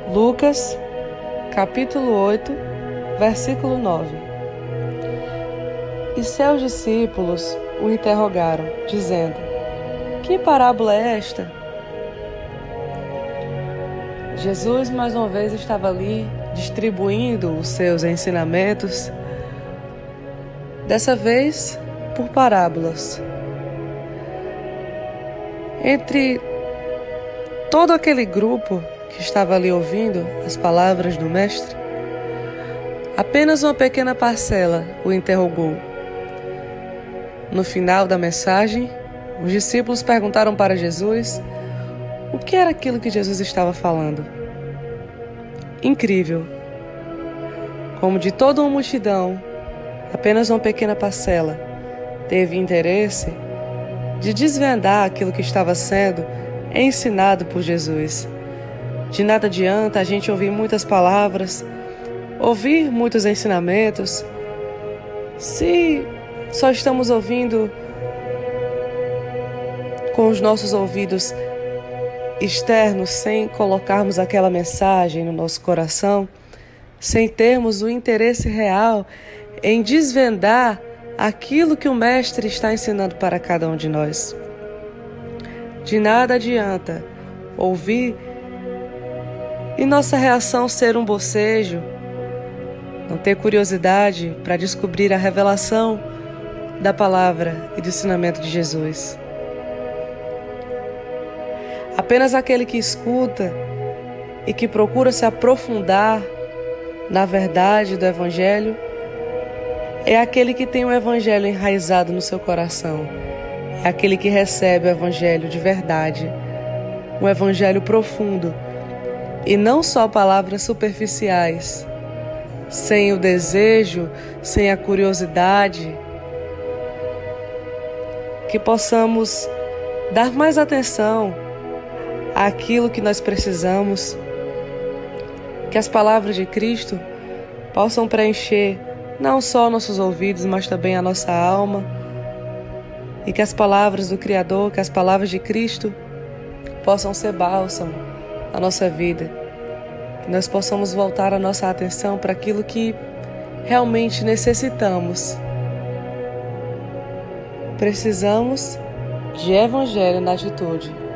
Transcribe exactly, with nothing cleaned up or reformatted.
Lucas, capítulo oito, versículo nove. E seus discípulos o interrogaram, dizendo: Que parábola é esta? Jesus mais uma vez estava ali distribuindo os seus ensinamentos, dessa vez por parábolas. Entre todo aquele grupo que estava ali ouvindo as palavras do Mestre, apenas uma pequena parcela o interrogou. No final da mensagem, os discípulos perguntaram para Jesus o que era aquilo que Jesus estava falando. Incrível! Como de toda uma multidão, apenas uma pequena parcela teve interesse de desvendar aquilo que estava sendo ensinado por Jesus. De nada adianta a gente ouvir muitas palavras, ouvir muitos ensinamentos, se só estamos ouvindo com os nossos ouvidos externos, sem colocarmos aquela mensagem no nosso coração, sem termos o interesse real em desvendar aquilo que o Mestre está ensinando para cada um de nós. De nada adianta ouvir e nossa reação ser um bocejo, não ter curiosidade para descobrir a revelação da palavra e do ensinamento de Jesus. Apenas aquele que escuta e que procura se aprofundar na verdade do Evangelho é aquele que tem o Evangelho enraizado no seu coração. É aquele que recebe o Evangelho de verdade, um Evangelho profundo, e não só palavras superficiais, sem o desejo, sem a curiosidade. Que possamos dar mais atenção àquilo que nós precisamos, que as palavras de Cristo possam preencher não só nossos ouvidos, mas também a nossa alma, e que as palavras do Criador, que as palavras de Cristo possam ser bálsamo na nossa vida, que nós possamos voltar a nossa atenção para aquilo que realmente necessitamos. Precisamos de Evangelho na atitude.